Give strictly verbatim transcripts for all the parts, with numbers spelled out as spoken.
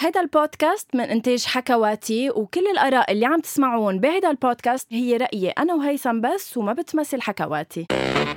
هيدا البودكاست من إنتاج حكواتي، وكل الآراء اللي عم تسمعون بهيدا البودكاست هي رأيي أنا وهيثم بس، وما بتمثل حكواتي.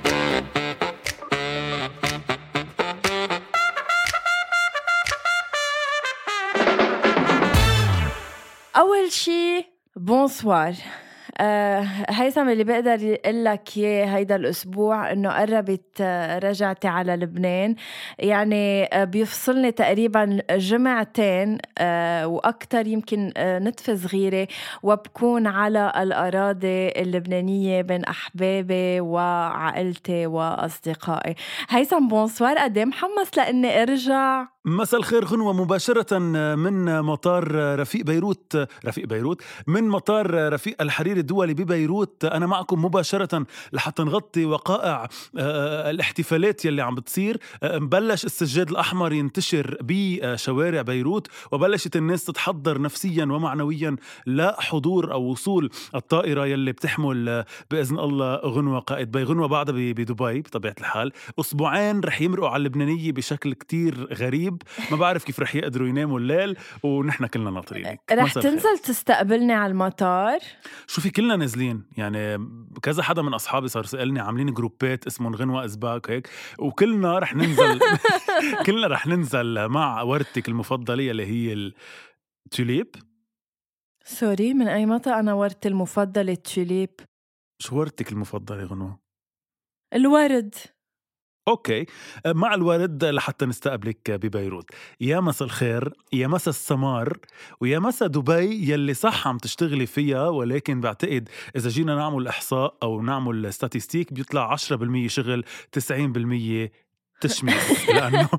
أول شي بونسوار. أه هيثم اللي بقدر يقول لك اياه هيدا الاسبوع انه قربت رجعتي على لبنان، يعني أه بيفصلني تقريبا جمعتين أه واكثر، يمكن أه نتفة صغيره، وبكون على الاراضي اللبنانيه بين احبابي وعائلتي واصدقائي. هيثم بونسوار، قد ايه محمس لاني ارجع. مساء الخير غنوة، مباشرة من مطار رفيق بيروت رفيق بيروت من مطار رفيق الحريري الدولي ببيروت. أنا معكم مباشرة لحتى نغطي وقائع الاحتفالات يلي عم بتصير. مبلش السجاد الأحمر ينتشر بشوارع بيروت، وبلشت الناس تتحضر نفسيا ومعنويا لحضور أو وصول الطائرة يلي بتحمل بإذن الله غنوة قائد بي. غنوة بعدها بدبي بطبيعة الحال. أسبوعين رح يمرقوا على اللبنانية بشكل كتير غريب، ما بعرف كيف رح يقدروا يناموا الليل، ونحن كلنا ناطرينك. رح تنزل تستقبلني على المطار؟ شوفي كلنا نازلين، يعني كذا حدا من أصحابي صار سألني، عاملين جروبات اسمهم غنوة أزباك هيك، وكلنا رح ننزل كلنا رح ننزل مع وردتك المفضلة اللي هي التوليب. سوري، من أي متى أنا وردتي المفضلة التوليب؟ شو وردتك المفضلة غنوة؟ الورد. أوكي، مع الورد لحتى نستقبلك ببيروت. يا مسا الخير، يا مسا السمار، ويا مسا دبي يلي صح عم تشتغلي فيها، ولكن بعتقد إذا جينا نعمل إحصاء أو نعمل ستاتيستيك بيطلع عشرة بالمية شغل، تسعين بالمية تشميس. لأنه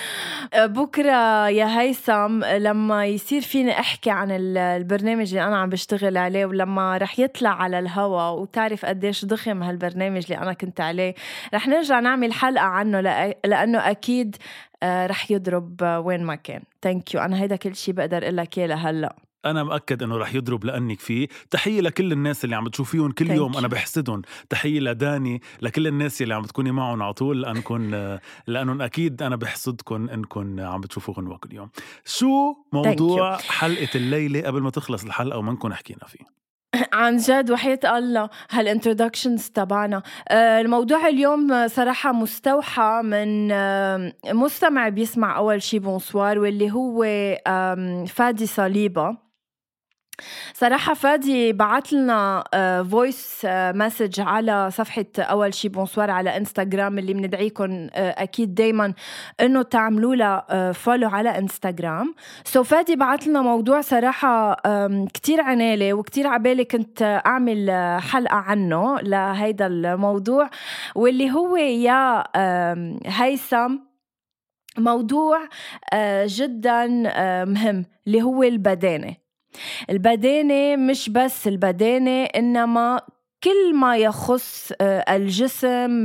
بكرة يا هيثم لما يصير فيني أحكي عن البرنامج اللي أنا عم بشتغل عليه، ولما رح يطلع على الهوا وتعرف قديش ضخم هالبرنامج اللي أنا كنت عليه، رح نرجع نعمل حلقة عنه، لأنه أكيد رح يضرب وين ما كان. تانك يو، أنا هيدا كل شي بقدر أقولك إياه لهلأ. أنا مأكد أنه رح يضرب لأنك فيه. تحية لكل الناس اللي عم بتشوفيهم كل يوم، أنا بحسدهم. تحية لداني، لكل الناس اللي عم بتكوني معهم على طول، لأنكن لأنهم أكيد أنا بحسدكن إنكن عم بتشوفوا غنوة كل يوم. شو موضوع حلقة الليلة قبل ما تخلص الحلقة ومنكن حكينا فيه؟ عن جد وحياة الله هالانترودكشنز تبعنا. الموضوع اليوم صراحة مستوحى من مستمع بيسمع أول شي بونسوار، واللي هو فادي صليبة. صراحة فادي بعت لنا فويس مسج على صفحة أول شي بونسوار على إنستغرام، اللي بندعيكم أكيد دايما إنه تعملوا له فولو على إنستغرام. سو فادي بعت لنا موضوع صراحة كتير عنالي وكتير عبالي كنت أعمل حلقة عنه لهيدا الموضوع، واللي هو يا هيثم موضوع جدا مهم، اللي هو البدانة. البدانة مش بس البدانة، إنما كل ما يخص الجسم،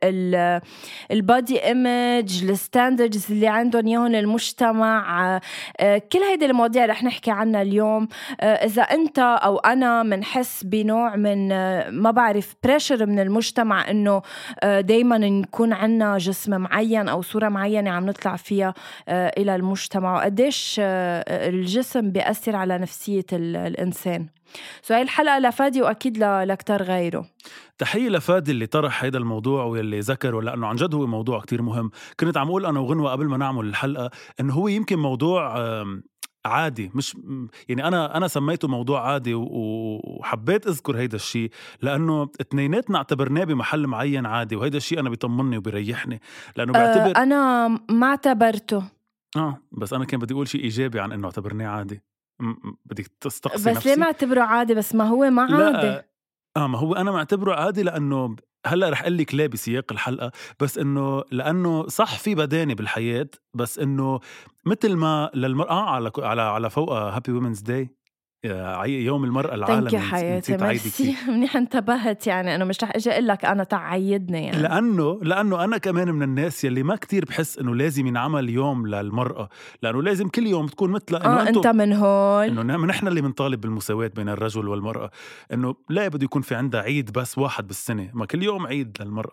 البادي إيميج، الستاندردز اللي عندهم يهون المجتمع. كل هيدا المواضيع رح نحكي عنها اليوم. إذا أنت أو أنا منحس بنوع من ما بعرف بريشر من المجتمع إنه دايما نكون عنا جسم معين أو صورة معينة عم نطلع فيها إلى المجتمع، وقديش الجسم بيأثر على نفسية الإنسان. سو هاي الحلقة لفادي وأكيد لكتر غيره. تحية لفادي اللي طرح هيدا الموضوع واللي ذكره، لأنه عن جد هو موضوع كتير مهم. كنت عم أقول أنا وغنوة قبل ما نعمل الحلقة إنه هو يمكن موضوع عادي، مش يعني أنا أنا سميته موضوع عادي، وحبيت أذكر هيدا الشيء لأنه اتنيناتنا اعتبرناه بمحل معين عادي، وهيدا الشيء أنا بيطمني وبيريحني، لأنه بعتبر أه أنا ما اعتبرته. آه بس أنا كان بدي أقول شيء إيجابي عن إنه اعتبرناه عادي. بدك تستقصي بس نفسي. ليه ما اعتبره عادي؟ بس ما هو ما عادي. لا آه ما هو أنا معتبره عادي، لأنه هلأ رح أقلك ليه بسياق الحلقة، بس إنه لأنه صح في بدانة بالحياة، بس إنه مثل ما للمرأة على على على فوقها هابي وومنز داي، يوم المرأة العالمي. يا حياتي ميرسي، منيح انتبهت، يعني أنا مش رح أجي أقول لك أنا تعيدني يعني. لأنه لأنه أنا كمان من الناس يلي ما كتير بحس إنه لازم ينعمل يوم للمرأة، لأنه لازم كل يوم تكون مثل إنه آه أنت من هول، إنه من إحنا اللي بنطالب بالمساواة بين الرجل والمرأة، إنه لا بده يكون في عندها عيد بس واحد بالسنة، ما كل يوم عيد للمرأة.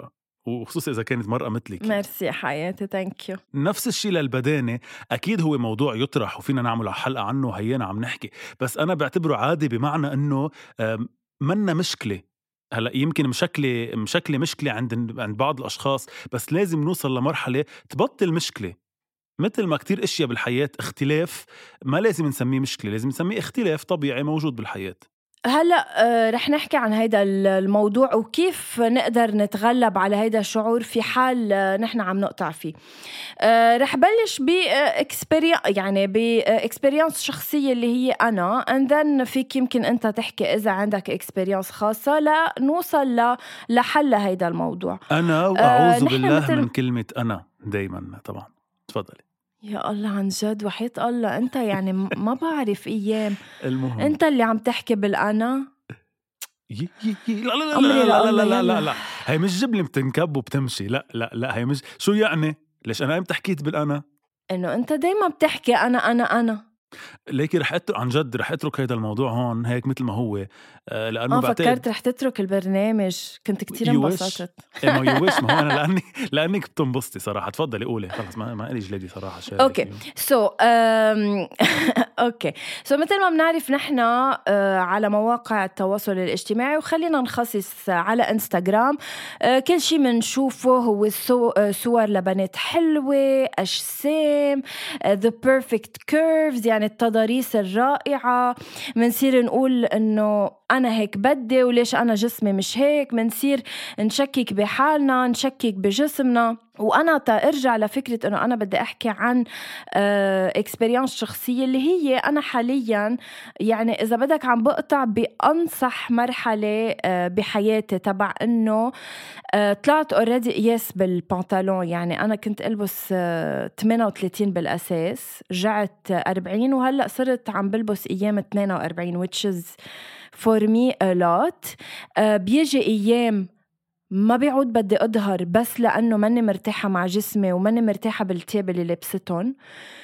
وخصوصا إذا كانت مرأة مثلك. ميرسي حياتي، ثانك يو. نفس الشيء للبدانة، أكيد هو موضوع يطرح وفينا نعمل حلقة عنه، هينا عم نحكي، بس أنا بعتبره عادي بمعنى أنه منا مشكلة. هلا يمكن مشكلة مشكلة مشكلة عند عند بعض الأشخاص، بس لازم نوصل لمرحلة تبطل مشكلة. مثل ما كتير اشياء بالحياة اختلاف ما لازم نسميه مشكلة، لازم نسميه اختلاف طبيعي موجود بالحياة. هلأ آه رح نحكي عن هيدا الموضوع وكيف نقدر نتغلب على هيدا الشعور في حال آه نحن عم نقطع فيه. آه رح بلش بإكسبيرينس، يعني بإكسبيرينس شخصية اللي هي أنا، and then فيك يمكن أنت تحكي إذا عندك إكسبيرينس خاصة لنوصل ل... لحل هيدا الموضوع. أنا وأعوذ آه بالله مثل... من كلمة أنا دايما. طبعا تفضلي. يا الله عن جد وحياة الله أنت يعني ما بعرف أيام المهم أنت اللي عم تحكي بالأنا. ي ي ي لا لا لا لا لا لا لا لا لا هي مش جبلة بتنكب وبتمشي. لا لا لا هي مش. شو يعني؟ ليش أنا امتى حكيت بالأنا؟ إنه أنت دايما بتحكي أنا أنا أنا. ليكي رح أترك عن جد، رح أترك هيدا الموضوع هون هيك مثل ما هو. آه لأنه آه فكرت رح تترك البرنامج، كنت كتير انبسطت. إيه ما يوش ما هو أنا لأني لأنك بتنبسطي صراحة. تفضلي قولي خلص، ما ما قلي جلدي صراحة. أوكي سو أوكي سو مثل ما بنعرف نحن آه على مواقع التواصل الاجتماعي، وخلينا نخصص على إنستغرام آه كل شيء منشوفه هو صور لبنات حلوة، أجسام، آه the perfect curves، يعني التضاريس الرائعة. منصير نقول إنه أنا هيك بدي وليش أنا جسمي مش هيك، منصير نشكك بحالنا، نشكك بجسمنا. وأنا تأرجع لفكرة إنه أنا بدي أحكي عن إكسبريانس شخصية اللي هي أنا حالياً، يعني إذا بدك عم بقطع بأنصح مرحلة بحياتي تبع إنه طلعت already قياس بالبنطلون. يعني أنا كنت ألبس ثمانية وثلاثين بالأساس، رجعت أربعين، وهلأ صرت عم بلبس أيام اثنين وأربعين which is for me a lot. بيجي أيام ما بيعود بدي أظهر بس لأنه ماني مرتاحة مع جسمي وماني مرتاحة بالتياب اللي لبستهم.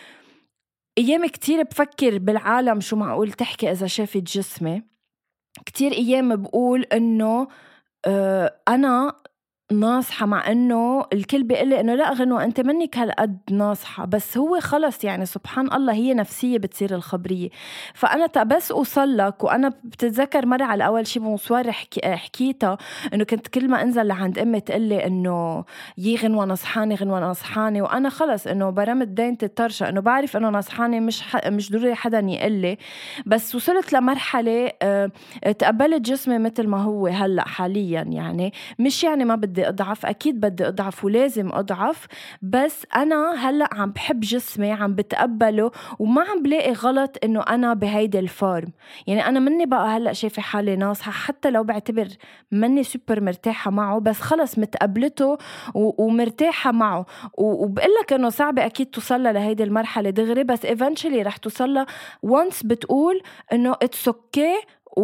أيام كتير بفكر بالعالم شو معقول تحكي إذا شافت جسمي. كتير أيام بقول إنه آه أنا ناصحة، مع أنه الكل بيقلي أنه لا غنوة أنت منك هالقد ناصحة، بس هو خلص يعني سبحان الله هي نفسية بتصير الخبرية. فأنا تبس أوصلك، وأنا بتتذكر مرة على أول شي بمصوار حكي حكيتها أنه كنت كل ما أنزل لعند أمي تقلي أنه يي غنوة نصحاني غنوة نصحاني، وأنا خلص أنه برمت دينة الطرشة أنه بعرف أنه نصحاني، مش ح... مش ضروري حدا يقلي. بس وصلت لمرحلة أه... تقبلت جسمي مثل ما هو هلأ حاليا. يعني مش يعني ما بدي أضعف، أكيد بدي أضعف ولازم أضعف، بس أنا هلأ عم بحب جسمي، عم بتقبله، وما عم بلاقي غلط إنه أنا بهيدا الفورم. يعني أنا مني بقى هلأ شايفة حالي ناصحة، حتى لو بعتبر مني سوبر مرتاحة معه، بس خلص متقبلته ومرتاحة معه. وبقلك إنه صعب أكيد توصل لهيدا المرحلة دغري، بس eventually رح توصل once بتقول إنه it's okay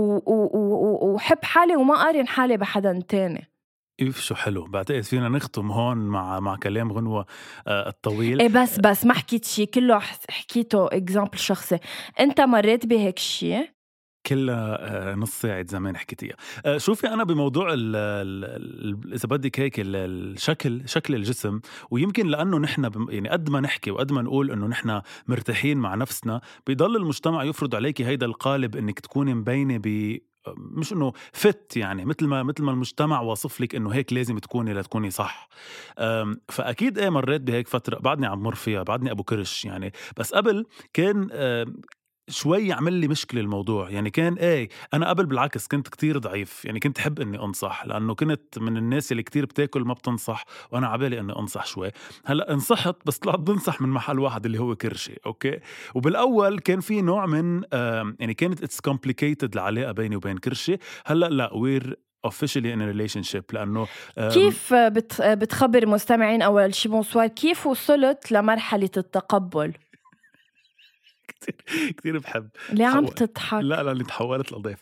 وحب حالي وما قارن حالي بحدا تاني. إيف شو حلو. بعتقد فينا نختم هون مع مع كلام غنوة آه الطويل. إيه بس بس ما حكيت شي، كله حكيته إكزامبل شخصي. أنت مريت بهيك شي؟ كلها آه نص ساعة زمان حكيتيها. آه شوفي أنا بموضوع ال ال إذا بدك هيك الشكل شكل الجسم، ويمكن لأنه نحن يعني قد ما نحكي وقد ما نقول إنه نحن مرتاحين مع نفسنا، بيضل المجتمع يفرض عليكي هيدا القالب إنك تكوني مبينة ب مش انه فت، يعني مثل ما مثل ما المجتمع واصف لك انه هيك لازم تكوني لتكوني صح. فاكيد ايه مريت بهيك فتره، بعدني عم مر فيها، بعدني ابو كرش يعني. بس قبل كان شوي يعمل لي مشكلة الموضوع. يعني كان ايه انا قبل بالعكس كنت كتير ضعيف، يعني كنت حب اني انصح، لانه كنت من الناس اللي كتير بتاكل ما بتنصح، وانا عبالي اني انصح شوي. هلا انصحت بس طلعت بنصح من محل واحد اللي هو كرشي. اوكي، وبالاول كان في نوع من يعني كانت اتس complicated العلاقة بيني وبين كرشي. هلا لا وير officially in a relationship. لأنه كيف بت بتخبر مستمعين أول شي بونسوار كيف وصلت لمرحلة التقبل؟ كتير كتير بحب. ليه عم تضحك؟ لا لا اللي تحولت لضيف.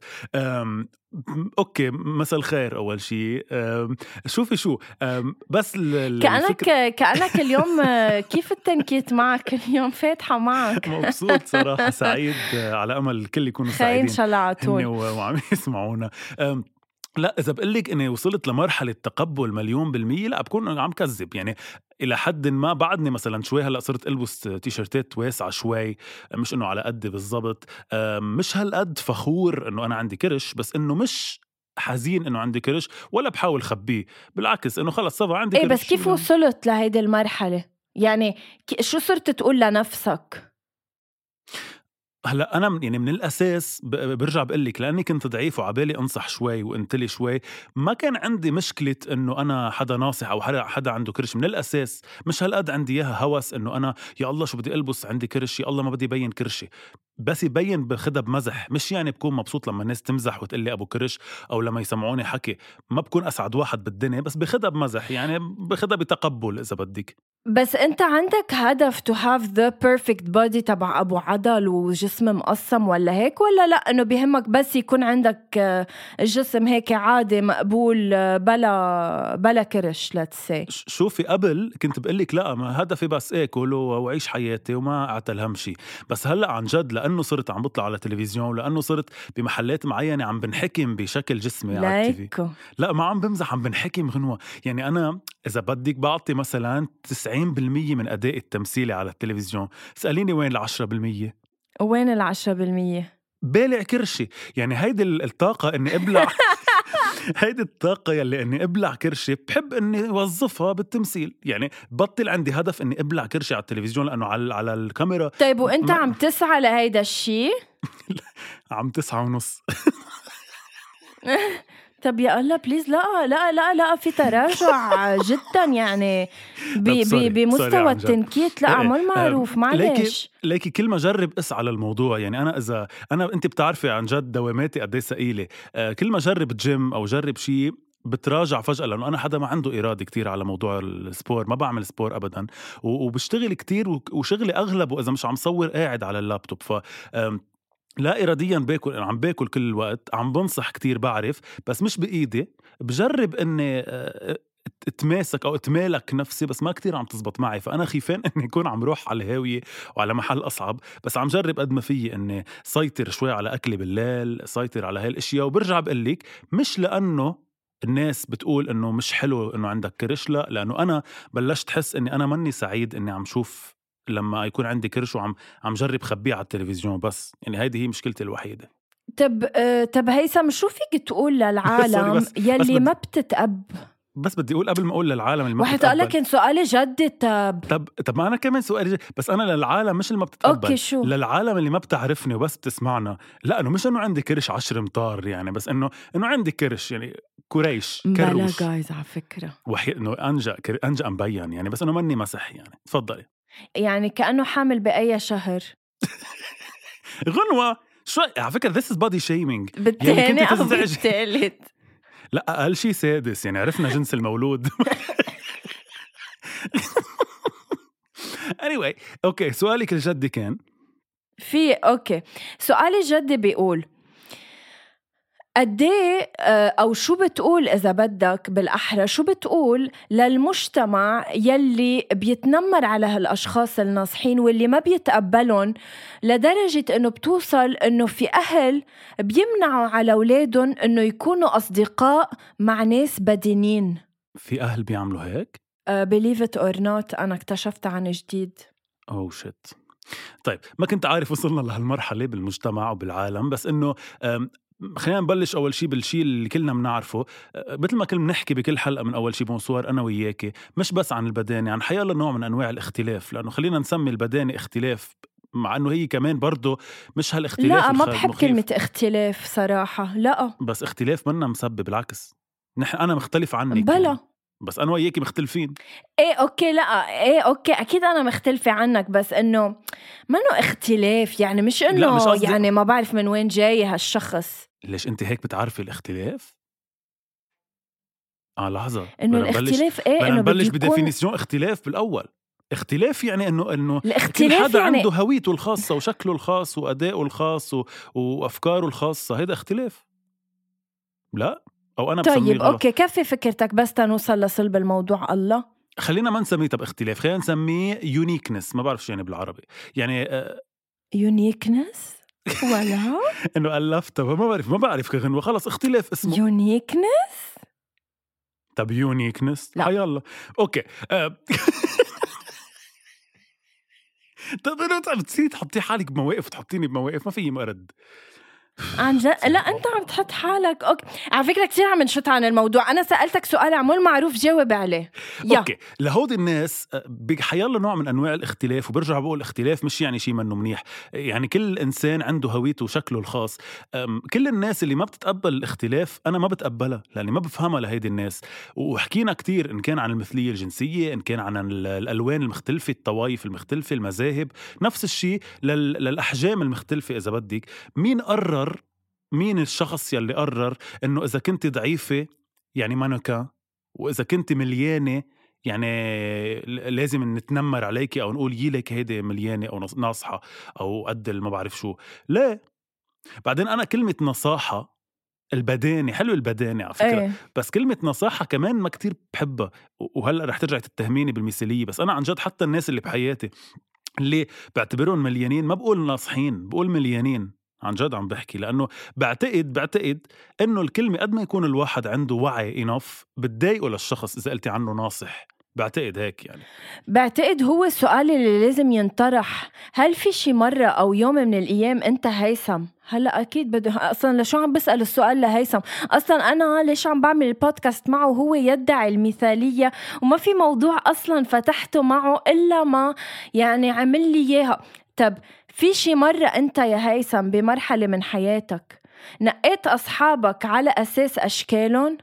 اوكي مساء الخير اول شيء. شوفي شو بس كأنك كأنك اليوم كيف التنكيت معك اليوم فاتحة معك. مبسوط صراحة، سعيد، على امل الكل يكونوا سعيدين ان شاء الله عطول وعم يسمعونا. لا إذا بقلك إني وصلت لمرحلة تقبل مليون بالمية لا بكون عم كذب يعني. إلى حد ما بعدني مثلا شوي هلأ صرت ألبس تيشرتات واسعة شوي، مش إنه على قدي بالضبط، مش هالقد فخور إنه أنا عندي كرش، بس إنه مش حزين إنه عندي كرش ولا بحاول خبيه، بالعكس إنه خلص صار عندي إيه كرش. بس كيف وصلت لهيدي المرحلة يعني؟ شو صرت تقول لنفسك؟ هلا انا يعني من الاساس برجع بقول لك لاني كنت ضعيف وعبالي انصح شوي وانتلي شوي، ما كان عندي مشكله انه انا حدا ناصح او حدا حدا عنده كرش من الاساس. مش هالقد عندي اياها هوس انه انا يا الله شو بدي البس عندي كرش، يا الله ما بدي يبين كرشي، بس يبين بخدها بمزح. مش يعني بكون مبسوط لما الناس تمزح وتقول لي ابو كرش او لما يسمعوني حكي، ما بكون اسعد واحد بالدنيا، بس بخدها بمزح يعني، بخدها بتقبل اذا بدك. بس انت عندك هدف to have the perfect body تبع ابو عضل وجسم مقسم ولا هيك، ولا لا انه بيهمك بس يكون عندك الجسم هيك عادي مقبول بلا بلا كرش؟ let's say شوفي قبل كنت بقلك لا ما هدفي بس اكل وعيش حياتي وما اعتل هم شيء، بس هلا عن جد لانه صرت عم بطلع على تلفزيون، لانه صرت بمحلات معينه عم بنحكم بشكل جسمي على التي في. لا ما عم بمزح، عم بنحكم غنوه يعني. انا اذا بدك بعطي مثلا تسعين بالمية من اداء التمثيلي على التلفزيون، سأليني وين العشرة بالمية؟ وين العشرة بالمية؟ بالع كرشي يعني. هيدي الطاقة اني ابلع هيدي الطاقة يلي اني ابلع كرشي بحب اني اوظفها بالتمثيل يعني. بطل عندي هدف اني ابلع كرشي على التلفزيون لانه على على الكاميرا. طيب وانت ما... عم تسعى لهيدا الشي؟ عم تسعة ونص. طب يا الله بليز لا لا لا لا في تراجع جدا يعني بمستوى التنكيت. لا عمل معروف معلش. ليكي كل ما جرب اسعى للموضوع يعني. أنا إذا أنا أنت بتعرفي عن جد دواماتي قديه ثقيلة، كل ما جرب جيم أو جرب شيء بتراجع فجأة، لأنه أنا حدا ما عنده إرادة كتير على موضوع السبور، ما بعمل سبور أبدا وبشتغل كتير وشغلي أغلبه إذا مش عم صور قاعد على اللابتوب، ف لا إرادياً باكل، عم باكل كل الوقت، عم بنصح كتير بعرف بس مش بإيدي. بجرب إني اتماسك أو اتمالك نفسي بس ما كتير عم تزبط معي، فأنا خيفان إني يكون عم روح على الهاوية وعلى محل أصعب. بس عم جرب قد ما فيي إني سيطر شوي على أكلي بالليل، سيطر على هاي الاشياء. وبرجع بقلك مش لأنه الناس بتقول إنه مش حلو إنه عندك كرش، لا، لأنه أنا بلشت حس إني أنا مني سعيد إني عم شوف لما يكون عندي كرش وعم عم جرب خبيه على التلفزيون بس يعني. هيدي هي مشكلتي الوحيدة. طب أه طب هيثم شو فيك تقول للعالم بس يلي بس ما بتتقب؟ بس بدي أقول قبل ما أقول للعالم اللي ما بتتقبل، وحتى لك سؤالي جدي. طب طب طب ما أنا كمان سؤالي جدي، بس أنا للعالم مش اللي ما بتتقبل. أوكي شو؟ للعالم اللي ما بتعرفني وبس بتسمعنا. لا إنه مش إنه عندي كرش عشر مطار يعني، بس إنه إنه عندي كرش يعني كريش بلا جايز على فكرة وحي إنه أنجأ كر... أنجأ مبين يعني، بس إنه مني مسح يعني. تفضلي. يعني كأنه حامل بأي شهر. غنوة شو على فكرة this is body shaming بالتاني يعني أو بالتالت؟ لا أقل شي سادس يعني، عرفنا جنس المولود. anyway أوكي سؤالك الجدي كان في أوكي سؤالي الجدي بيقول قديه أو شو بتقول إذا بدك بالأحرى شو بتقول للمجتمع يلي بيتنمر على هالأشخاص الناصحين واللي ما بيتقبلون، لدرجة إنه بتوصل إنه في أهل بيمنعوا على أولادهم إنه يكونوا أصدقاء مع ناس بدينين؟ في أهل بيعملوا هيك؟ uh, believe it or not أنا اكتشفت عن جديد. أوه oh شيت. طيب ما كنت عارف وصلنا لهالمرحلة بالمجتمع وبالعالم، بس إنه خلينا نبلش أول شي بالشي اللي كلنا منعرفه. مثل ما كنا بنحكي بكل حلقة من أول شي بونسوار أنا وياكي، مش بس عن البدانة، عن حياة نوع من أنواع الاختلاف، لأنه خلينا نسمي البدانة اختلاف مع أنه هي كمان برضو مش هالاختلاف. لا ما بحب كلمة اختلاف صراحة، لا بس اختلاف منا مسبب، بالعكس نحن أنا مختلف عنك بلا يعني. بس أنا وياكي مختلفين. ايه اوكي لا ايه اوكي اكيد انا مختلفة عنك، بس انه ما انه اختلاف يعني، مش انه مش يعني ما بعرف من وين جاي هالشخص. ليش انت هيك بتعرفي الاختلاف؟ اه لحظة انه الاختلاف ايه انه بنبلش بديفينيسيون اختلاف بالاول. اختلاف يعني انه انه كل حدا يعني عنده هويته الخاصة وشكله الخاص وادائه الخاص و... وافكاره الخاصة، هيدا اختلاف. لا او انا بسميه طيب غلط. اوكي كفي فكرتك بس تنوصل لصلب الموضوع. الله خلينا ما نسميه طب اختلاف، خلينا نسميه يونيكنس، ما بعرف شو يعني بالعربي يعني. يونيكنس ولا إنه ألفتها، ما بعرف ما بعرف كغنوة، خلص اختلاف اسمه. يونيكنس. طب يونيكنس لا. حيالله أوكي. أه. طب أنا بتصير تحطي حالك بمواقف وتحطيني بمواقف ما في مرد. عن جد لا انت عم تحط حالك. اوكي على فكره كثير عم نشط عن الموضوع. انا سالتك سؤال عمول معروف جاوب عليه. يا. اوكي لهودي الناس بحيالله نوع من انواع الاختلاف، وبرجع بقول الاختلاف مش يعني شيء منه منيح، يعني كل انسان عنده هويته وشكله الخاص. كل الناس اللي ما بتتقبل الاختلاف انا ما بتقبلها لاني ما بفهمها لهيدي الناس. وحكينا كتير ان كان عن المثليه الجنسيه، ان كان عن الالوان المختلفه، الطوائف المختلفه، المذاهب، نفس الشيء للاحجام المختلفه. اذا بدك مين قرر مين الشخص يلي قرر إنه إذا كنت ضعيفة يعني مانوكا، وإذا كنت مليانة يعني لازم نتنمر عليكي أو نقول يلك هيدي مليانة أو ناصحة أو قد ما بعرف شو؟ لا. بعدين أنا كلمة نصاحة البدانة حلو، البدانة على فكرة. ايه. بس كلمة نصاحة كمان ما كتير بحبها، وهلأ رح ترجع تتهميني بالمثالية. بس أنا عن جد حتى الناس اللي بحياتي اللي بعتبرهم مليانين ما بقول ناصحين، بقول مليانين. عن جد عم بحكي لأنه بعتقد بعتقد إنه الكلمة قد ما يكون الواحد عنده وعي إناف بتضايقه للشخص إذا قلتي عنه ناصح. بعتقد هيك يعني. بعتقد هو السؤال اللي لازم ينطرح، هل في شي مرة أو يوم من الأيام أنت هيثم؟ هلأ أكيد بده. أصلا لشو عم بسأل السؤال لهيثم؟ أصلا أنا ليش عم بعمل البودكاست معه؟ هو يدعي المثالية وما في موضوع أصلا فتحته معه إلا ما يعني عمل لي إياها. طب في شي مرة أنت يا هيثم بمرحلة من حياتك نقيت أصحابك على أساس أشكالهم؟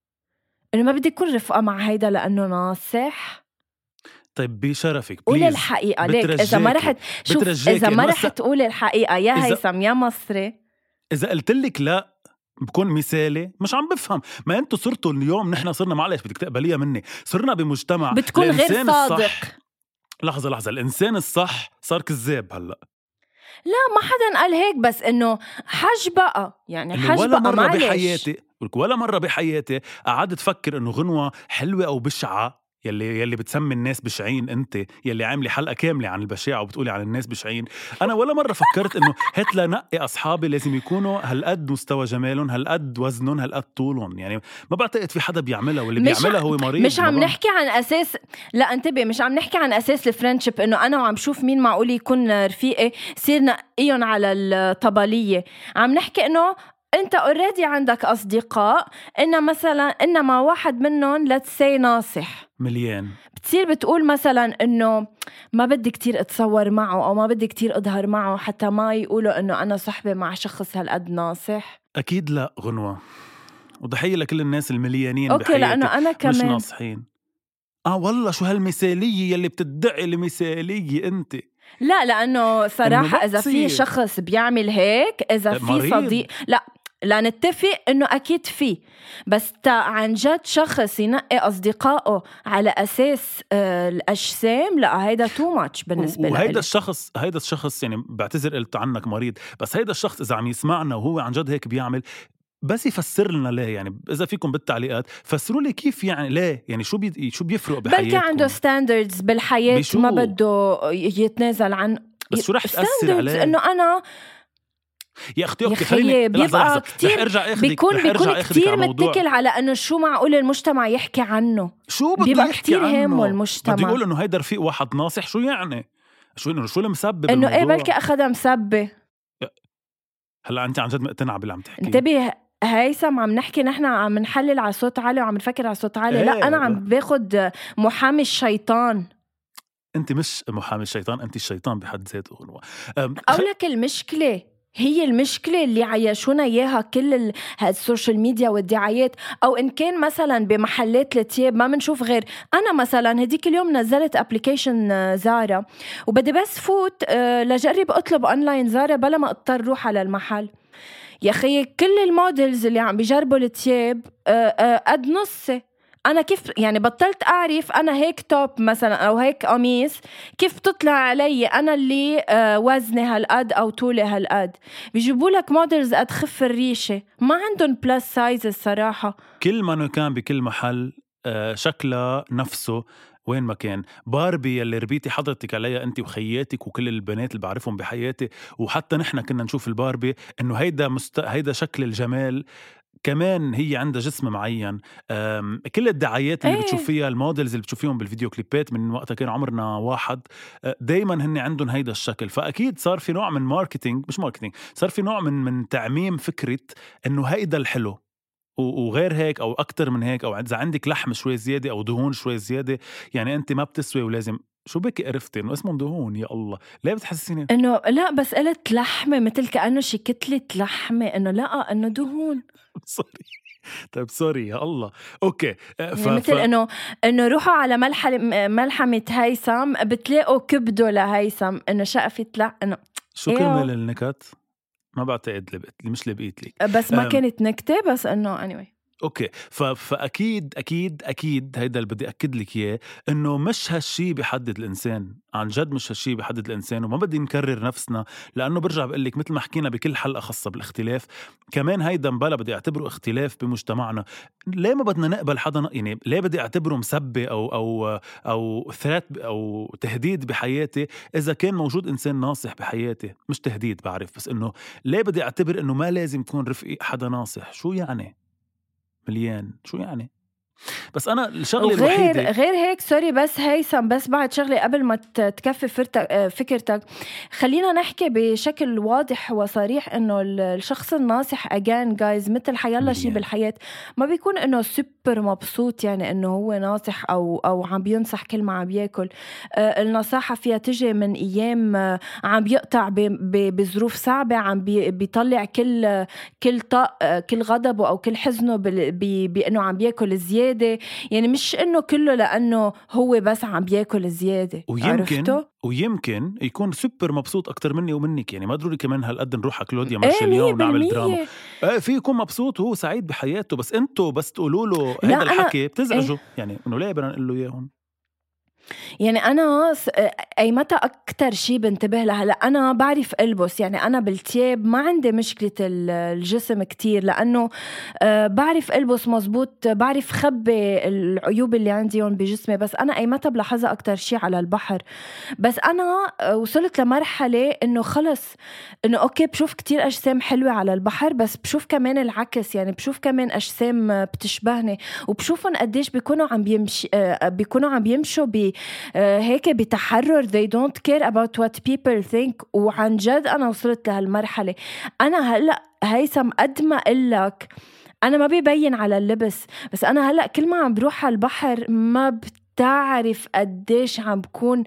إنه ما بدي أكون رفقة مع هيدا لأنه ناصح؟ طيب بشرفك قول الحقيقة ليك. إذا ما رحت شوف إذا ما رحت تقول الحقيقة يا هيثم يا مصري، إذا قلت لك لا بكون مثالي مش عم بفهم. ما أنتوا صرتوا اليوم نحن صرنا معلش بدك تقبليها مني، صرنا بمجتمع بتكون غير صادق. لحظة لحظة الإنسان الصح صار كذاب هلأ. لا ما حدا قال هيك، بس إنه حج بقى يعني حج ولا بقى مرة معلش. بحياتي ولا مرة بحياتي قعدت تفكر إنه غنوة حلوة أو بشعة. يلي يلي بتسمي الناس بشعين، انت يلي عاملي حلقه كامله عن البشاعه وبتقولي عن الناس بشعين. انا ولا مره فكرت انه هات لنقي اصحابي لازم يكونوا هالقد مستوى جمالهم، هالقد وزنهم، هالقد طولهم. يعني ما بعتقد في حدا بيعملها، واللي بيعملها هو مريض. مش عم نحكي عن اساس، لا انتبه، مش عم نحكي عن اساس الفرنشيب انه انا وعم شوف مين معقول يكون رفيقي صير نقيهم على الطبليه. عم نحكي انه انت اوريدي عندك اصدقاء ان مثلا انما واحد منهم let's say ناصح مليان، بتصير بتقول مثلا انه ما بدي كتير اتصور معه او ما بدي كتير اظهر معه حتى ما يقولوا انه انا صحبة مع شخص هالقد ناصح. اكيد لا غنوة، وضحية لكل الناس المليانين اوكي بحياتي لانه انا كمان مش ناصحين. اه والله شو هالمثالية يلي بتدعي المثالية انت. لا لانه صراحة اذا في شخص بيعمل هيك، اذا في صديق، لا لا نتفق انه اكيد في، بس تا عن جد شخص ينقي اصدقائه على اساس آه الاجسام، لا هيدا تو ماتش بالنسبه لي. وهيدا الشخص هيدا الشخص يعني بعتذر قلت عنك مريض، بس هيدا الشخص اذا عم يسمعنا وهو عن جد هيك بيعمل، بس يفسر لنا ليه. يعني اذا فيكم بالتعليقات فسروا لي كيف يعني ليه، يعني شو بي شو بيفرق بحياتكم. بلكي عنده ستاندردز بالحياه بشو؟ ما بده يتنازل عن، بس شو رح تأثر عليه؟ انه انا يا اختي اوكي خليني بيبقى كتير ارجع اخذك بيكون بيكون كتير متكل على انه شو معقول المجتمع يحكي عنه، شو بده يحكي كتير عنه المجتمع بده يقول انه هيدا رفيق واحد ناصح. شو يعني شو انه شو المسبب انه ايه بلكي اخذها مسبه. هلا انت عن جد مقتنعه باللي عم تحكي؟ انتبه هيثم، عم نحكي نحن عم نحلل على صوت عالي وعم نفكر على صوت عالي. ايه لا انا عم باخد محامي الشيطان. انت مش محامي الشيطان، انت الشيطان بحد ذاته. او لك المشكله هي المشكلة اللي عيشونا إياها كل السوشيال ميديا والدعايات، أو إن كان مثلا بمحلات التياب ما منشوف غير. أنا مثلا هديك اليوم نزلت أبليكيشن زارا وبدي بس فوت لجرب أطلب أونلاين زارا بلا ما اضطر روح على المحل. يا أخي كل المودلز اللي عم بيجربوا التياب قد نصي. أنا كيف يعني بطلت أعرف أنا هيك توب مثلا أو هيك قميص كيف تطلع علي أنا اللي وزني هالقد أو طولي هالقد. بيجيبوا لك مودلز قد خف الريشة، ما عندهم بلس سايز الصراحة. كل ما كان بكل محل شكله نفسه وين ما كان. باربي اللي ربيتي حضرتك عليها انت وخياتك وكل البنات اللي بعرفهم بحياتي، وحتى نحن كنا نشوف الباربي انه هيدا مست... هيدا شكل الجمال، كمان هي عندها جسم معين. كل الدعايات اللي ايه بتشوفيها، المودلز اللي بتشوفيهم بالفيديو كليبات من وقتها كان عمرنا واحد، دايما هن عندهم هيدا الشكل. فأكيد صار في نوع من ماركتينج، مش ماركتينج، صار في نوع من من تعميم فكرة انه هيدا الحلو وغير هيك او اكتر من هيك، او اذا عندك لحم شوي زياده او دهون شوي زياده يعني انت ما بتسوي ولازم. شو بك قرفتي انه اسمهم دهون؟ يا الله ليه بتحسسيني انه لا، بس قلت لحمه مثل كأنه شي كتلة لحمه، انه لا انه دهون. سوري. طيب سوري يا الله. اوكي ف... يعني مثل ف... انه انه روحوا على ملحمه ملحمه هيثم بتلاقوا كبده لهيثم، انه شقفت لا انه شو كرمال النكت؟ ما بعتقد لبقت لي، مش لبقيت لي، بس ما أم... كانت نكته، بس انه anyway. اوكي ف... فاكيد اكيد اكيد هيدا اللي بدي اكد لك اياه، انه مش هالشي بيحدد الانسان، عن جد مش هالشي بيحدد الانسان. وما بدي نكرر نفسنا، لانه برجع بقول لك مثل ما حكينا بكل حلقه خاصه بالاختلاف، كمان هيدا مبلا بدي اعتبره اختلاف بمجتمعنا. ليه ما بدنا نقبل حدا؟ يعني ليه بدي اعتبره مسبه او او او ثرات او تهديد بحياتي اذا كان موجود انسان ناصح بحياتي؟ مش تهديد بعرف، بس انه ليه بدي اعتبر انه ما لازم يكون رفيق حدا ناصح؟ شو يعني مليان؟ شو يعني؟ بس أنا الشغلة وغير الوحيدة غير هيك سوري بس هيثم، بس بعد شغلة قبل ما تكفي فكرتك، خلينا نحكي بشكل واضح وصريح إنه الشخص الناصح أجان جايز مثل حيالله شي بالحياة ما بيكون إنه سوبر مبسوط يعني إنه هو ناصح أو أو عم بينصح كل ما عم بياكل. النصاحة فيها تجي من أيام عم بيقطع بظروف صعبة، عم بيطلع كل كل طاق كل غضبه أو كل حزنه بأنه عم بياكل زيادة، يعني مش إنه كله لأنه هو بس عم بياكل زيادة. ويمكن عرفته؟ ويمكن يكون سوبر مبسوط أكتر مني ومنك، يعني ما ضروري كمان هالقد نروح على كلوديا مارشليان ونعمل دراما. ايه في يكون مبسوط وهو سعيد بحياته، بس انتو بس تقولوا له هيدا الحكي بتزعجوا. ايه؟ يعني انه ليه بدنا نقول له اياهم؟ يعني أنا أي متى أكتر شي بنتبه لها، لا أنا بعرف ألبس، يعني أنا بالتياب ما عندي مشكلة الجسم كتير، لأنه بعرف ألبس مزبوط، بعرف خبي العيوب اللي عندي هون بجسمي. بس أنا أي متى بلاحظها أكتر شي على البحر. بس أنا وصلت لمرحلة إنه خلص إنه أوكي بشوف كتير أجسام حلوة على البحر، بس بشوف كمان العكس، يعني بشوف كمان أجسام بتشبهني وبشوفهم قديش بيكونوا عم بيمشي بيكونوا عم بيمشوا ب هيك بتحرر. they don't care about what people think. وعن جد أنا وصلت لهالمرحلة. أنا هلأ هيثم قد ما قلك أنا ما بيبين على اللبس، بس أنا هلأ كل ما عم بروح على البحر ما بتعرف قديش عم بكون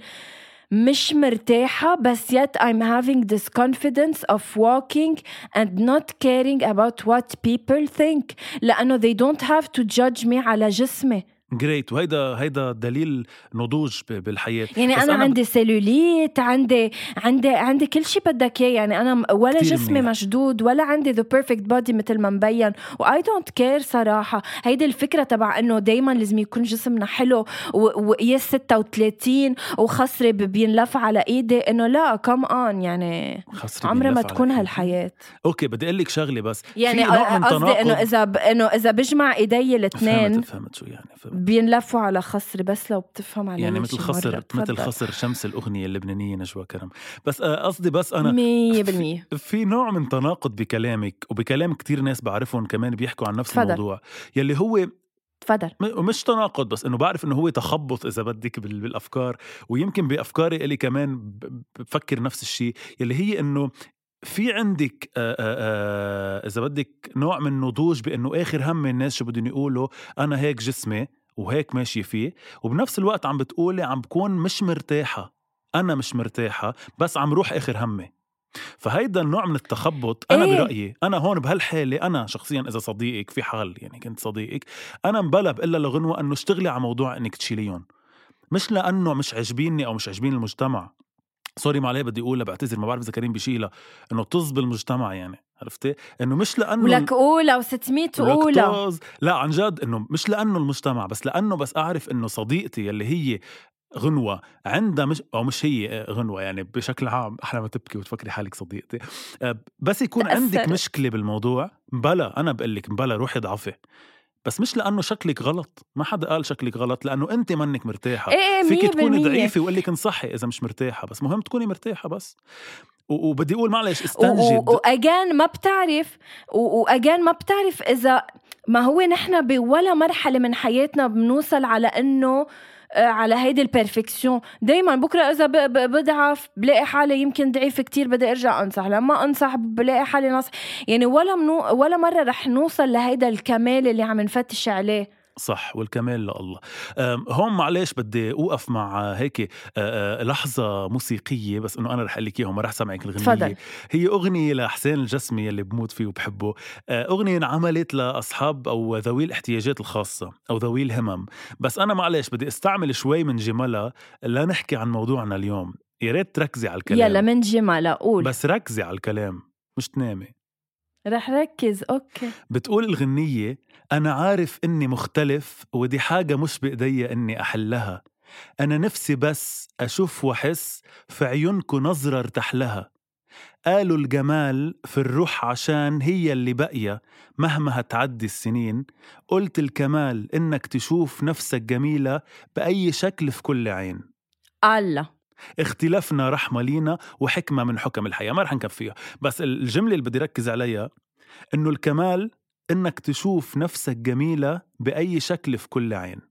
مش مرتاحة، بس yet I'm having this confidence of walking and not caring about what people think، لأنه they don't have to judge me على جسمي. جريت. وهيدا هيدا دليل نضوج بالحياة. يعني أنا, أنا عندي سيلوليت، عندي عندي عندي كل شيء بدك إياه، يعني أنا ولا جسمي منيح. مشدود ولا عندي the perfect body مثل ما مبين، و I don't care صراحة. هيدي الفكرة تبع إنه دايما لازم يكون جسمنا حلو وقياس ستة وثلاثين وخصري بينلف على إيدي، إنه لا come on، يعني عمرها ما تكون هالحياة. أوكي بدي أقول لك شغلة بس، يعني قصدي إنه إذا ب... إنه إذا بجمع إيدي الاثنين فهمت شو يعني فهمت. بينلفوا على خصري، بس لو بتفهم علي يعني مثل خصر مثل خصر شمس الأغنية اللبنانية نجوى كرم. بس قصدي بس أنا مية بالمية في, في نوع من تناقض بكلامك وبكلام كتير ناس بعرفهم كمان بيحكوا عن نفس فدر. الموضوع يلي هو تفضل. ومش تناقض، بس انه بعرف انه هو تخبط اذا بدك بالافكار، ويمكن بافكاري الي كمان بفكر نفس الشيء، يلي هي انه في عندك آآ آآ اذا بدك نوع من نضوج بانه اخر هم الناس شو بدهم يقولوا، انا هيك جسمي وهيك ماشي فيه، وبنفس الوقت عم بتقولي عم بكون مش مرتاحة، أنا مش مرتاحة بس عم روح آخر همي. فهيدا النوع من التخبط أنا إيه؟ برأيي أنا هون بهالحالة أنا شخصيا إذا صديقك في حال يعني كنت صديقك، أنا مبلب إلا لغنوة أنه اشتغلي على موضوع أنك تشيليون، مش لأنه مش عجبيني أو مش عجبين المجتمع. سوري ما عليه بدي أقولها، بعتذر ما بعرف إذا كريم بيشيلها، إنه طز بالمجتمع، يعني عرفتي إنه مش لأنه ولك أولى وستمية أولى، لا عن جد إنه مش لأنه المجتمع، بس لأنه بس أعرف إنه صديقتي اللي هي غنوة عندها مش أو مش هي غنوة يعني بشكل عام، أحلى ما تبكي وتفكري حالك صديقتي، بس يكون تأثر. عندك مشكلة بالموضوع بلا أنا بقلك بلا روحي ضعفي، بس مش لأنه شكلك غلط، ما حدا قال شكلك غلط، لأنه أنت منك مرتاحة. إيه فيك تكوني مية بالمية. ضعيفة وقال لك انصحي إذا مش مرتاحة، بس مهم تكوني مرتاحة بس. و- وبدي أقول معلش و- استنجد. و- وأجان ما بتعرف و- وأجان ما بتعرف إذا ما هو نحن بولا مرحلة من حياتنا بنوصل على إنه آه، على هيدي البرفكسيون. دايما بكرة إذا ب- ب- بضعف بلاقي حالي يمكن ضعيف كتير بدي أرجع أنصح، لما أنصح بلاقي حالي نصح. يعني ولا منو ولا مرة رح نوصل لهيدا الكمال اللي عم نفتش عليه. صح، والكمال لله. أم، هون معلش بدي أوقف مع هيك أه، أه، لحظة موسيقية، بس إنه أنا رح أقول لك إياها، ما رح سمعك الغنية. تفضل. هي أغنية لحسين الجسمي اللي بموت فيه وبحبه. أه، أغنية انعملت لأصحاب أو ذوي الاحتياجات الخاصة أو ذوي الهمم، بس أنا معلش بدي استعمل شوي من جمالها لنحكي عن موضوعنا اليوم. يا ريت تركزي على الكلام. يلا من جمال أقول. بس ركزي على الكلام مش تنامي. رح ركز. أوكي. بتقول الغنية: أنا عارف إني مختلف ودي حاجة مش بإيدي إني أحلها، أنا نفسي بس أشوف وحس في عيونكو نظرة ارتاح لها، قالوا الجمال في الروح عشان هي اللي باقية مهما هتعدي السنين، قلت الكمال إنك تشوف نفسك جميلة بأي شكل في كل عين، الله. اختلافنا رحمة لينا وحكمة من حكم الحياة. ما رح نكفيها، بس الجملة اللي بدي ركز عليها إنه الكمال إنك تشوف نفسك جميلة بأي شكل في كل عين.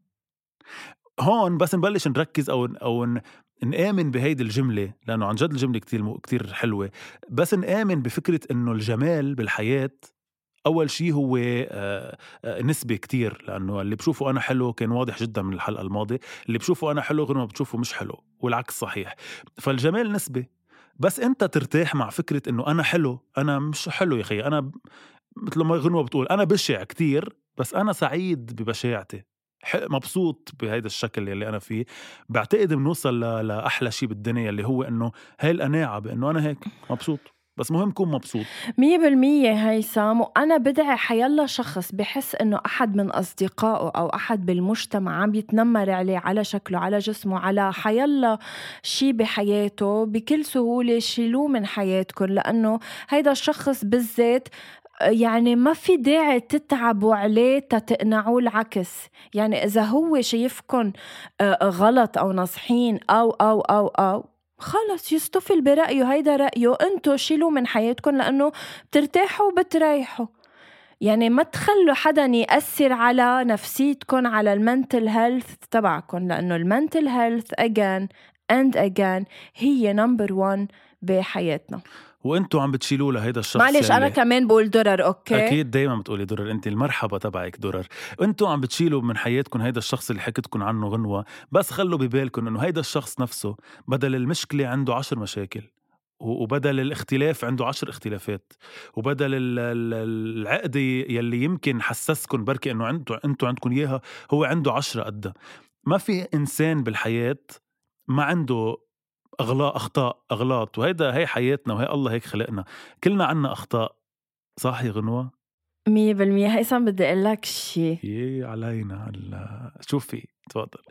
هون بس نبلش نركز أو أو نآمن بهيدي الجملة، لأنه عن جد الجملة كتير كتير حلوة. بس نآمن بفكرة إنه الجمال بالحياة أول شيء هو آه آه نسبة كتير، لأنه اللي بشوفه أنا حلو كان واضح جدا من الحلقة الماضية، اللي بشوفه أنا حلو غير ما بتشوفه مش حلو، والعكس صحيح. فالجمال نسبة، بس أنت ترتاح مع فكرة إنه أنا حلو أنا مش حلو يا خي، أنا مثل ما غنوة بتقول أنا بشع كتير بس أنا سعيد ببشاعتي، مبسوط بهيدا الشكل اللي أنا فيه. بعتقد بنوصل لأحلى شيء بالدنيا اللي هو إنه هاي القناعة بإنه أنا هيك مبسوط، بس مهم كون مبسوط. مية بالمية هيثم. وأنا بدعي حيالله شخص بحس إنه أحد من أصدقائه أو أحد بالمجتمع عم يتنمر عليه على شكله على جسمه على حيالله شي بحياته، بكل سهولة شيلوه من حياتكم، لأنه هيدا الشخص بالذات يعني ما في داعي تتعبوا عليه تتقنعوا. العكس، يعني إذا هو شايفكن غلط أو نصحين أو أو أو أو خلص يستفل برأيه، هيدا رأيه، انتو شيلوا من حياتكن لأنه بترتاحوا وبتريحوا. يعني ما تخلوا حدا يأثر على نفسيتكن على المنتل هيلث تبعكن، لأنه المنتل هيلث again and again هي نمبر وان بحياتنا، وانتو عم بتشيلوا لهيدا الشخص. معلش أنا كمان بقول درر. أوكي أكيد دايما بتقولي درر، أنت المرحبا تبعك درر. أنتو عم بتشيلوا من حياتكم هيدا الشخص اللي حكيتكن عنه غنوة، بس خلوا ببالكن أنه هيدا الشخص نفسه بدل المشكلة عنده عشر مشاكل، وبدل الاختلاف عنده عشر اختلافات، وبدل العقدة يلي يمكن حسسكن بركي أنه عنده أنتو عندكن إياها هو عنده عشرة قدها. ما في إنسان بالحياة ما عنده أغلاط أخطاء أغلاط، وهيدا هي حياتنا وهي الله هيك خلقنا، كلنا عنا أخطاء. صح يا غنوة؟ مية بالمية. هيثم بدي أقول لك شي. يي علينا هلا شوفي تفضل.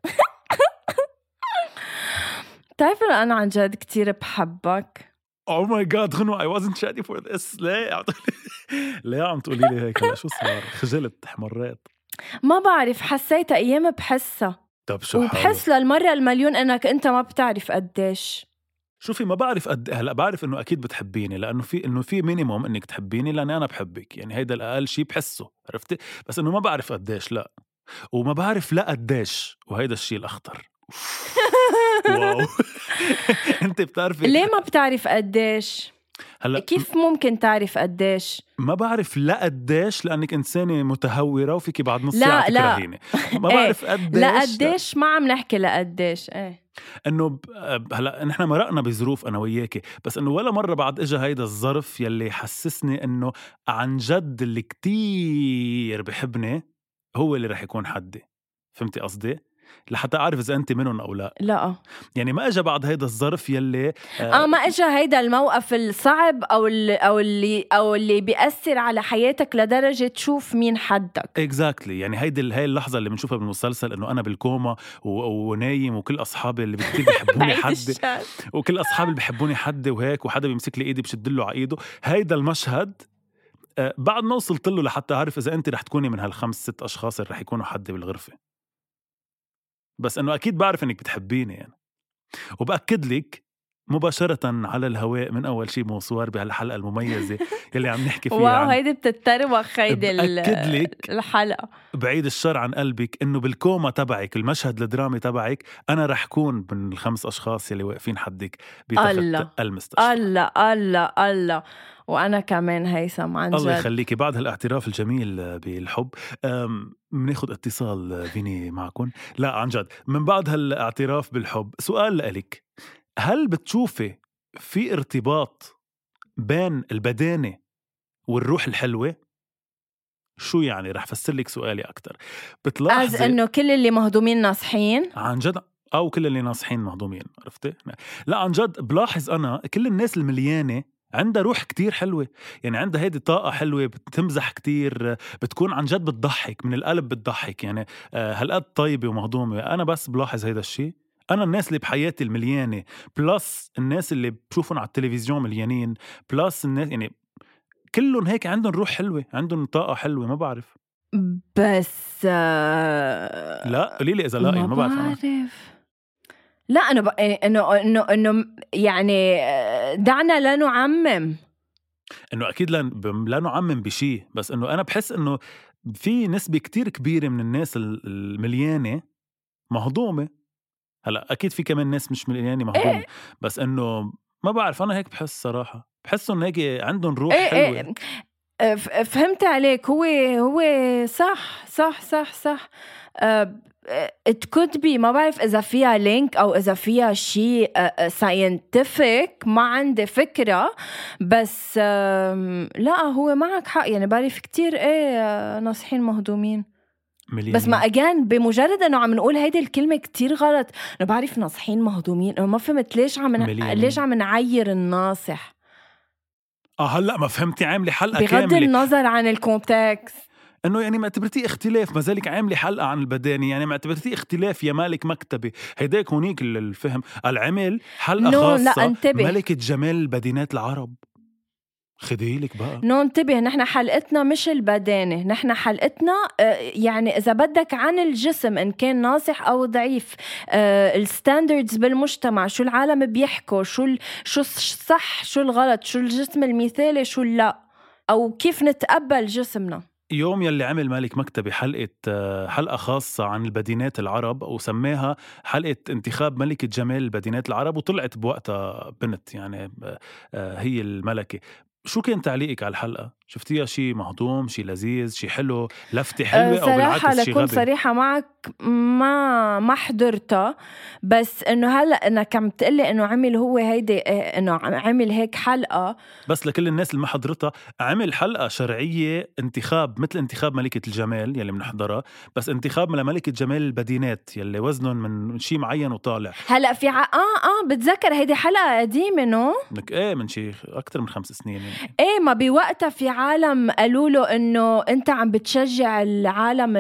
تعرف إنه أنا عن جد كتير بحبك. Oh my god غنوة I wasn't ready for this. ليه عم تقولي ليه عم تقولي لي هيك؟ هلا شو صار؟ خجلت حمرات. ما بعرف، حسيت أيام بحسها. طب شو وبحس للمرة المليون إنك أنت ما بتعرف قديش. شوفي ما بعرف قد هلا بعرف إنه أكيد بتحبيني، لأنه في إنه في مينيموم إنك تحبيني لأني أنا بحبك، يعني هيدا الأقل شيء بحسه، عرفتي؟ بس إنه ما بعرف قديش، لا وما بعرف لا قديش، وهيدا الشيء الأخطر. واو. أنت بتعرفي ليه ما بتعرف قديش؟ هلا كيف ممكن تعرف قديش؟ ما بعرف لا قديش لأنك إنسانة متهورة وفيكي بعد نص لا ساعة لا تكرهيني. ما بعرف قديش لا قديش ما عم نحكي لا قديش. ايه انه ب... هلا نحن مرقنا بظروف انا وياكي، بس انه ولا مره بعد اجى هيدا الظرف يلي حسسني انه عن جد اللي كتير بحبني هو اللي رح يكون حدي. فهمتي قصدي؟ لحتى أعرف إذا أنت منهم أو لا. لا يعني ما أجا بعد هيدا الظرف يلي آه, آه ما أجا هيدا الموقف الصعب أو اللي أو اللي أو اللي بيأثر على حياتك لدرجة تشوف مين حدك. exactly. يعني هيدي هاي اللحظة اللي بنشوفها بالمسلسل إنه أنا بالكوما و... ونايم وكل أصحابي اللي كتير بيحبوني حدي وكل أصحابي اللي بيحبوني حدي وهيك، وحدا بيمسك لي إيدي بشدله على إيده. هيدا المشهد أه بعد ما وصلت له لحتى أعرف إذا أنت رح تكوني من هالخمس ست أشخاص اللي رح يكونوا حدي بالغرفة، بس إنه أكيد بعرف إنك بتحبيني يعني. وبأكد لك مباشرة على الهواء من أول شي موسوار بهالحلقة المميزة يلي عم نحكي فيها. واو هيدي بتتروخ هيدي لك الحلقة. بعيد الشر عن قلبك إنه بالكومة تبعك المشهد الدرامي تبعك أنا رح كون من الخمس أشخاص يلي واقفين حدك بتخت المستشفى. الله الله الله. وأنا كمان هيثم عن جد. الله يخليكي. بعد هالاعتراف الجميل بالحب بناخد اتصال فيني معكم. لا عن جد من بعد هالاعتراف بالحب سؤال لك، هل بتشوفي في ارتباط بين البدانة والروح الحلوة؟ شو يعني؟ رح فسر لك سؤالي أكتر. بتلاحظي أز إنه كل اللي مهضومين ناصحين عن جد أو كل اللي ناصحين مهضومين؟ عرفتي؟ لا عن جد بلاحظ أنا كل الناس المليانة عندها روح كتير حلوة، يعني عندها هيدي طاقة حلوة، بتمزح كتير، بتكون عن جد بتضحك من القلب، بتضحك يعني هالقد طيبة ومهضومة. أنا بس بلاحظ هيدا الشيء. أنا الناس اللي بحياتي المليانة بلس الناس اللي بشوفهم على التلفزيون مليانين بلس الناس، يعني كلهم هيك عندهم روح حلوة، عندهم طاقة حلوة. ما بعرف بس آه لا قليلي إذا لا ما, ما بعرف, بعرف. لا أنا ب... إنه إنه إنه يعني دعنا لا نعمم، إنه أكيد لا لا نعمم بشيء، بس إنه أنا بحس إنه في نسبة كتير كبيرة من الناس المليانة مهضومة. هلا أكيد في كمان ناس مش مليانة مهضومة إيه؟ بس إنه ما بعرف أنا هيك بحس صراحة، بحس إنه هيك عندهم روح إيه حلوة. إيه فهمت عليك. هو هو صح صح صح صح. أه it could be. ما بعرف إذا فيها لينك أو إذا فيها شيء scientific، ما عندي فكرة. بس لا هو معك حق، يعني بعرف كتير إيه ناصحين مهضومين مليانين. بس ما أجان بمجرد أنه عم نقول هيدي الكلمة كتير غلط. أنا بعرف ناصحين مهضومين، أنا ما فهمت ليش عم ليش عم نعير الناصح. آه هلأ ما فهمتي. عاملي حلقة بغض كاملة بغض النظر عن الكونتكست، انه يعني ما اعتبرتيه اختلاف، ما زالك عاملة حلقة عن البداني، يعني ما اعتبرتيه اختلاف يا مالك مكتبي. هيداك هونيك الفهم. العمل حلقة خاصة ملكة جمال البدينات العرب. خديلك بقى نو انتبه، نحن حلقتنا مش البدانة، نحن حلقتنا يعني إذا بدك عن الجسم إن كان ناصح أو ضعيف، الستاندردز بالمجتمع، شو العالم بيحكوا، شو شو الصح شو الغلط، شو الجسم المثالي شو لا، أو كيف نتقبل جسمنا. يوم يلي عمل مالك مكتبي حلقة حلقة خاصة عن البدينات العرب، وسماها حلقة انتخاب ملكة جمال البدينات العرب، وطلعت بوقتها بنت يعني هي الملكة. شو كان تعليقك على الحلقة؟ شفتيها شي مهضوم، شي لذيذ، شي حلو، لفتة حلوة، أو بالعكس شي غبي؟ صراحة لكون صريحة معك ما ما حضرتها، بس إنه هلأ إنك عم تقلي إنه عمل هو هيدي إنه عمل هيك حلقة. بس لكل الناس اللي ما حضرتها، عمل حلقة شرعية انتخاب مثل انتخاب ملكة الجمال يلي منحضرها، بس انتخاب لملكة جمال البدينات يلي وزنهم من شي معين وطالع. هلأ في ع... آه آه بتذكر هيدي حلقة قديمة نو؟ لك إيه من شي أكتر من خمس سنين يعني. إيه ما بوقتها في عالم قالوا له إنه أنت عم بتشجع العالم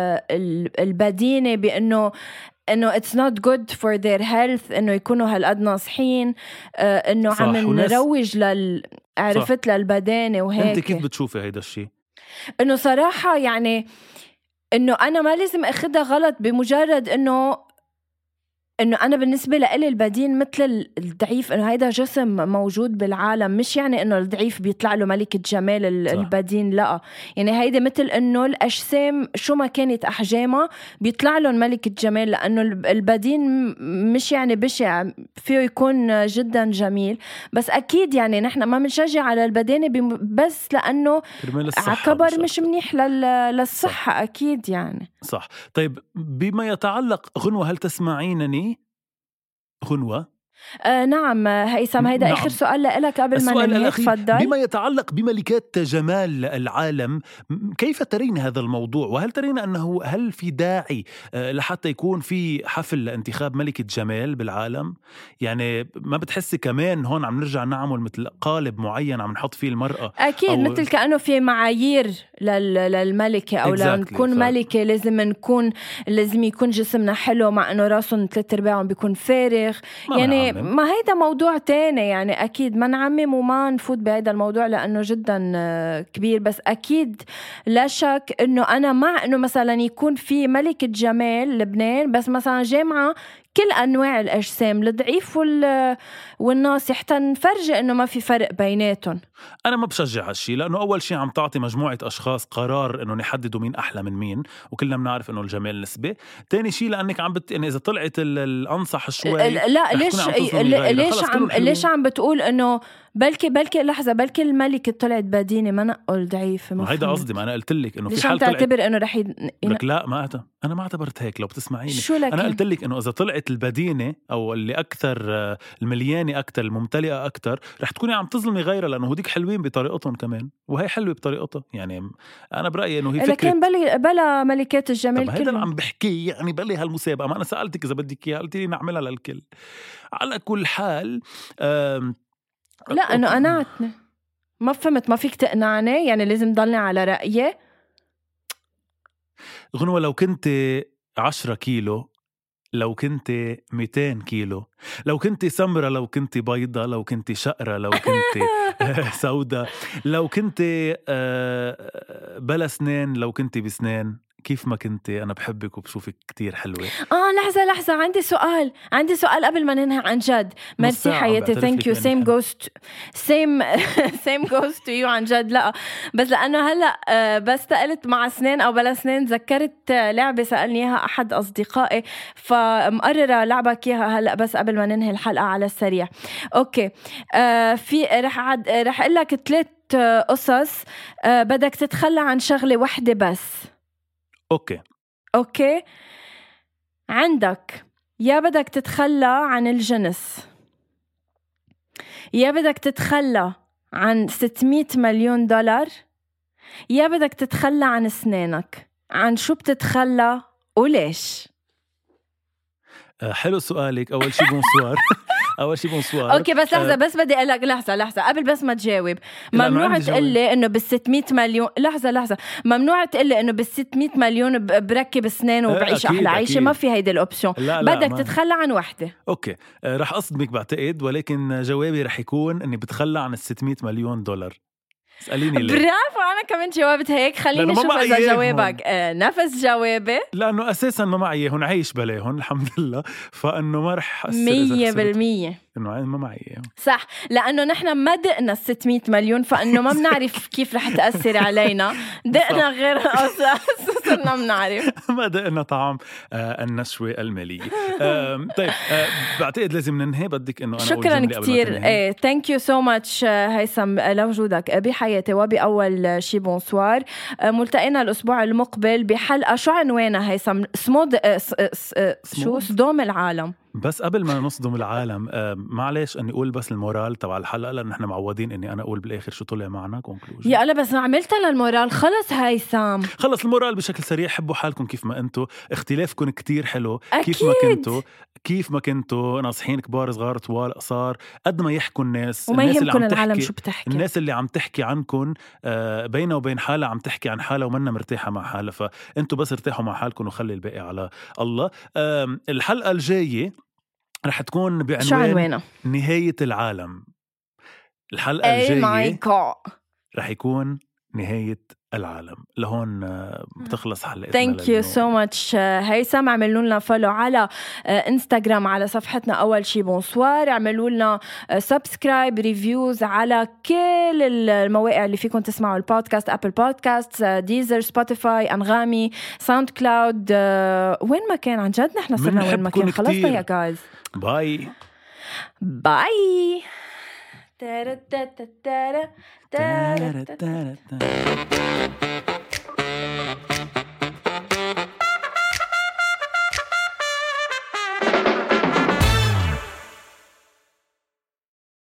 البدينة بأنه إنه it's not good for their health إنه يكونوا هالقد ناصحين، آه إنه عم نروج لل عرفت للبدانة وهيك. أنت كيف بتشوفي هيدا الشيء؟ إنه صراحة يعني إنه أنا ما لازم أخدها غلط بمجرد إنه إنه أنا بالنسبة لإلي البدين مثل الضعيف، إنه هيدا جسم موجود بالعالم، مش يعني إنه الضعيف بيطلع له ملكة جمال البدين، لا يعني هيدا مثل إنه الأجسام شو ما كانت أحجامها بيطلع لهم ملكة جمال، لأنه البدين مش يعني بشع، فيه يكون جدا جميل. بس أكيد يعني نحن ما بنشجع على البدانة بس لأنه عكبر مش منيح للصحة. صح. أكيد يعني صح. طيب بما يتعلق غنوة، هل تسمعينني غنوة؟ آه نعم هيثم، هيدا نعم. آخر سؤال لك قبل ما ننهي. تفضل. بما يتعلق بملكات جمال العالم، كيف ترين هذا الموضوع؟ وهل ترين أنه هل في داعي لحتى يكون في حفل لانتخاب ملكة جمال بالعالم؟ يعني ما بتحسي كمان هون عم نرجع نعمل مثل قالب معين عم نحط فيه المرأة؟ أكيد أو... مثل كأنه في معايير لل... للملكة أو exactly. لنكون ف... ملكة لازم نكون لازم يكون جسمنا حلو، مع أنه راسهم ثلاث أرباعهم بيكون فارغ يعني يعني ما هيدا موضوع تاني، يعني أكيد ما نعمم وما نفوت بهيدا الموضوع لأنه جدا كبير. بس أكيد لا شك إنه أنا مع إنه مثلا يكون في ملكة جمال لبنان بس مثلا جامعة كل أنواع الأجسام، الضعيف وال والناصح، حتى نفرج إنه ما في فرق بيناتهم. أنا ما بشجع هالشي، لأنه أول شي عم تعطي مجموعة أشخاص قرار إنه نحددوا مين أحلى من مين، وكلنا بنعرف إنه الجمال نسبة. تاني شي لأنك عم بت... يعني إذا طلعت ال... الأنصح شوي لا ليش ليش عم ليش عم بتقول إنه بلكي بلكي لحظة بلكي الملكة طلعت بدينة ما نقول ضعيف؟ ما هيدا قصدي، ما أنا قلت لك إنه في حال تعتبر طلعت... إنه رح ين... لك لا ما أعتبر. أنا ما اعتبرت هيك، لو بتسمعيني أنا قلت لك إنه إذا طلعت البدينة أو اللي أكثر المليانة أكثر الممتلئة أكثر رح تكوني عم تظلمي غيرها، لأنه هوديك حلوين بطريقتهم كمان وهي حلوة بطريقتها. يعني أنا برأيي إنه هي فكرة، لكن بلا بلا ملكات الجمال. طب هيدا اللي عم بحكي، يعني بلي هالمسابقة. ما أنا سألتك إذا بدك إياها قلت لي نعملها للكل. على كل حال أم... لا أنه قنعتني، ما فهمت، ما فيك تقنعني، يعني لازم ضلني على رأيي. غنوة لو كنت عشرة كيلو، لو كنت ميتين كيلو، لو كنت سمرة، لو كنت بيضة، لو كنت شقرة، لو كنت سودة، لو كنت بلا سنين، لو كنت بسنين، كيف ما كنت أنا بحبك وبشوفك كتير حلوة. آه لحظة لحظة عندي سؤال عندي سؤال قبل ما ننهي عن جد. ميرسي حياتي, thank you, same goes to same same goes to you عن جد. لا بس لأنه هلأ بس تقلت مع سنين أو بلا سنين ذكرت لعبة سألني إياها أحد أصدقائي، فمقررة لعبك إياها هلأ بس قبل ما ننهي الحلقة على السريع. أوكي آه في رح عد رح أقول لك ثلاث قصص آه بدك تتخلى عن شغلة واحدة بس. أوكي أوكي عندك يا بدك تتخلى عن الجنس، يا بدك تتخلى عن ستمية مليون دولار، يا بدك تتخلى عن أسنانك. عن شو بتتخلى وليش؟ حلو سؤالك. أول شي بونسوار أول شي بونسوار. أوكي بس لحظة، بس بدي أقول لك لحظة لحظة قبل بس ما تجاوب. ممنوع تقلي إنه بالستمية مليون، لحظة لحظة ممنوع تقلي إنه بالستمية مليون بركب أسنان وبعيش أحلى عيشة. ما في هيدا الأوبشن. بدك تتخلى عن وحدة. أوكي رح أصدمك بعتقد، ولكن جوابي رح يكون إني بتخلى عن الستمية مليون دولار. اسأليني ليه. برافو، أنا كمان جاوبت هيك. خليني أشوف إذا جوابك آه نفس جوابي، لأنه أساساً ما معي هون، عايش بلاهن الحمد لله، فإنه ما رح أسر مية بالمية إنه ما معي صح، لأنه نحن ما دقنا الستمية مليون، فإنه ما بنعرف كيف رح تأثر علينا. دقنا غير أساس صرنا بنعرف. ما دقنا طعم آه النشوة المالية. آه طيب آه بعتقد لازم ننهي. بدك إنه أنا شكراً كتير. إيه thank you so much هيثم لوجودك بحياتي وبأول شي بونسوار. آه ملتقينا الأسبوع المقبل بحلقة شو عنوانها هيثم؟ سمود آه آه شو صدام العالم. بس قبل ما نصدم العالم آه معلش اني اقول بس المورال تبع الحلقه، لان احنا معودين اني انا اقول بالاخر شو طلع معنا كونكلوجن. يا الله بس عملتها للمورال. خلص هيثم خلص المورال بشكل سريع. حبوا حالكم كيف ما انتو، اختلافكم كتير حلو. أكيد. كيف ما كنتوا كيف ما كنتوا ناصحين كبار صغار طوال قصار، قد ما يحكوا الناس وما الناس اللي عم العالم شو بتحكي، الناس اللي عم تحكي عنكم آه بينه وبين حالها عم تحكي عن حالها ومنا مرتاحه مع حالها، فانتوا بس ارتاحوا مع حالكم وخلي الباقي على الله. آه الحلقه الجايه رح تكون بعنوان نهاية العالم. الحلقة الجاية رح يكون نهاية العالم. لهون بتخلص حلقتنا. Thank you so much هيثم. اعملوا لنا فولو على انستغرام على صفحتنا أول شي بونسوار. اعملوا لنا سبسكرايب ريفيوز على كل المواقع اللي فيكم تسمعوا البودكاست، أبل بودكاست، ديزر، سبوتيفاي، أنغامي، ساوند كلاود، وين ما كان. عن جد نحن صرنا وين ما كان. خلصنا يا جايز. باي باي. تارا تارا تارا تارا تارا